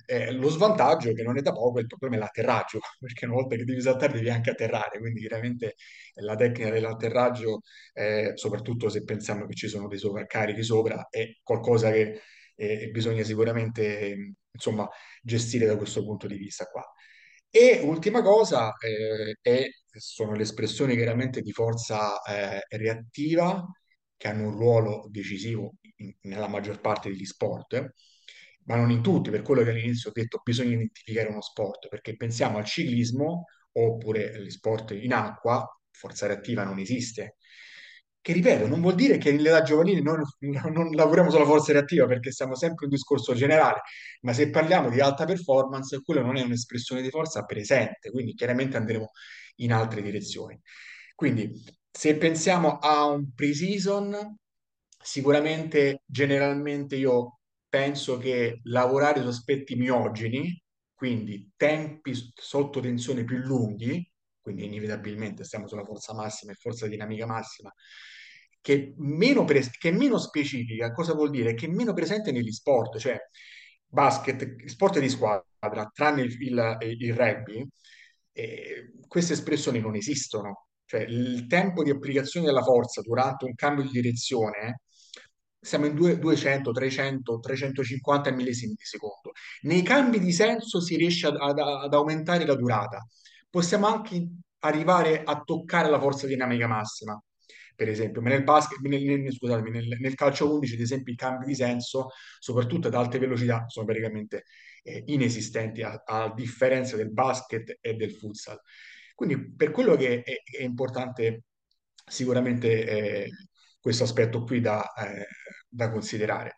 Lo svantaggio, che non è da poco, il problema è l'atterraggio, perché una volta che devi saltare devi anche atterrare, quindi chiaramente la tecnica dell'atterraggio, soprattutto se pensiamo che ci sono dei sovraccarichi sopra, è qualcosa che bisogna sicuramente, insomma, gestire da questo punto di vista qua. E ultima cosa, sono le espressioni chiaramente di forza reattiva, che hanno un ruolo decisivo nella maggior parte degli sport, ma non in tutti, per quello che all'inizio ho detto, bisogna identificare uno sport, perché pensiamo al ciclismo oppure agli sport in acqua, forza reattiva non esiste. Che ripeto, non vuol dire che nell'età giovanile non lavoriamo sulla forza reattiva, perché siamo sempre in un discorso generale, ma se parliamo di alta performance, quello non è un'espressione di forza presente, quindi chiaramente andremo in altre direzioni. Quindi, se pensiamo a un pre-season, sicuramente, generalmente io penso che lavorare su aspetti miogeni, quindi tempi sotto tensione più lunghi, quindi inevitabilmente stiamo sulla forza massima e forza dinamica massima, che è meno specifica. Cosa vuol dire? Che è meno presente negli sport, cioè basket, sport di squadra, tranne il rugby, queste espressioni non esistono. Cioè il tempo di applicazione della forza durante un cambio di direzione, siamo in 200, 300, 350 millesimi di secondo. Nei cambi di senso si riesce ad aumentare la durata. Possiamo anche arrivare a toccare la forza dinamica massima, per esempio, ma nel basket, scusatemi, nel calcio 11, ad esempio, i cambi di senso, soprattutto ad alte velocità, sono praticamente inesistenti, a differenza del basket e del futsal. Quindi, per quello che è importante sicuramente questo aspetto qui da considerare.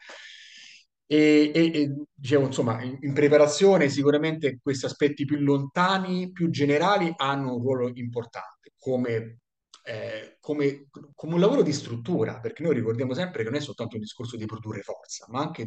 Dicevo, insomma, in preparazione sicuramente questi aspetti più lontani, più generali, hanno un ruolo importante come un lavoro di struttura, perché noi ricordiamo sempre che non è soltanto un discorso di produrre forza, ma anche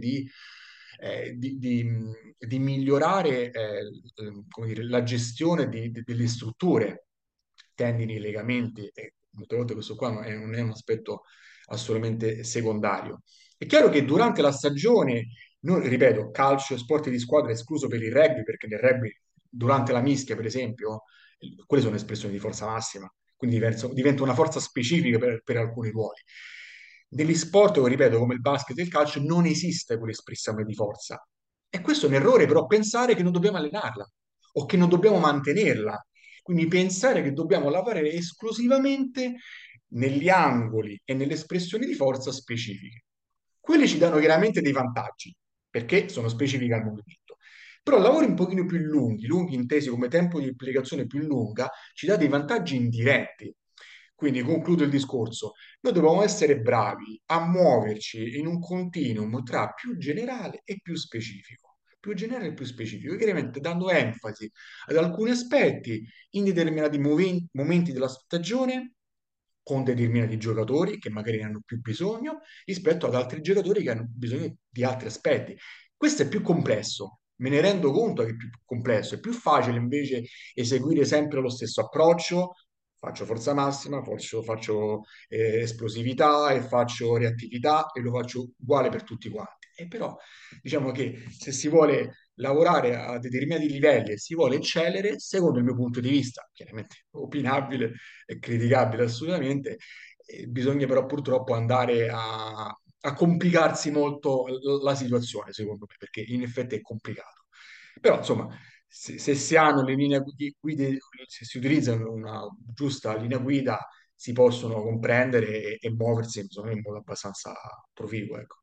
di migliorare come dire, la gestione delle strutture, tendini, legamenti, e molte volte questo qua non è un aspetto assolutamente secondario. È chiaro che durante la stagione, noi, ripeto, calcio e sport di squadra escluso per il rugby, perché nel rugby, durante la mischia, per esempio, quelle sono espressioni di forza massima, quindi diventa una forza specifica per alcuni ruoli. Negli sport, ripeto, come il basket e il calcio, non esiste quell'espressione di forza. E questo è un errore, però, pensare che non dobbiamo allenarla o che non dobbiamo mantenerla. Quindi pensare che dobbiamo lavorare esclusivamente negli angoli e nelle espressioni di forza specifiche. Quelli ci danno chiaramente dei vantaggi, perché sono specifiche al movimento. Però lavori un pochino più lunghi, lunghi intesi come tempo di applicazione più lunga, ci dà dei vantaggi indiretti. Quindi concludo il discorso. Noi dobbiamo essere bravi a muoverci in un continuum tra più generale e più specifico. Più generale e più specifico, chiaramente dando enfasi ad alcuni aspetti in determinati momenti della stagione con determinati giocatori che magari ne hanno più bisogno rispetto ad altri giocatori che hanno bisogno di altri aspetti. Questo è più complesso, me ne rendo conto che è più complesso, è più facile invece eseguire sempre lo stesso approccio, faccio forza massima, faccio esplosività e faccio reattività e lo faccio uguale per tutti quanti. E però diciamo che se si vuole lavorare a determinati livelli e si vuole eccellere, secondo il mio punto di vista, chiaramente opinabile e criticabile assolutamente, bisogna però purtroppo andare a complicarsi molto la situazione, secondo me, perché in effetti è complicato. Però, insomma, se si hanno le linee guida, se si utilizzano una giusta linea guida, si possono comprendere e muoversi, insomma, in modo abbastanza proficuo, ecco.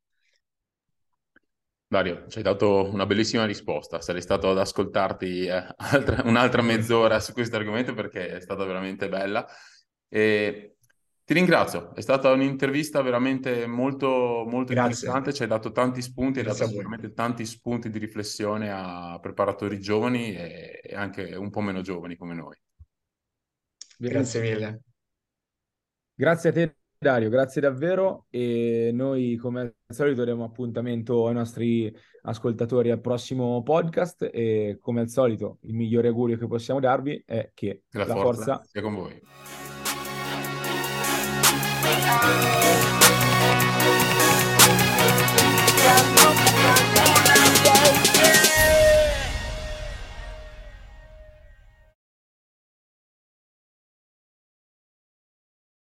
Dario, ci hai dato una bellissima risposta. Sarei stato ad ascoltarti un'altra mezz'ora su questo argomento perché è stata veramente bella. E ti ringrazio, è stata un'intervista veramente molto, molto Grazie, interessante. Ci hai dato tanti spunti, hai dato grazie a voi. sicuramente tanti spunti di riflessione a preparatori giovani e anche un po' meno giovani come noi. Grazie Verissimo. mille. Grazie a te, Dario, grazie davvero. E noi, come al solito, diamo appuntamento ai nostri ascoltatori al prossimo podcast. E come al solito, il migliore augurio che possiamo darvi è che Che la la forza forza sia con voi.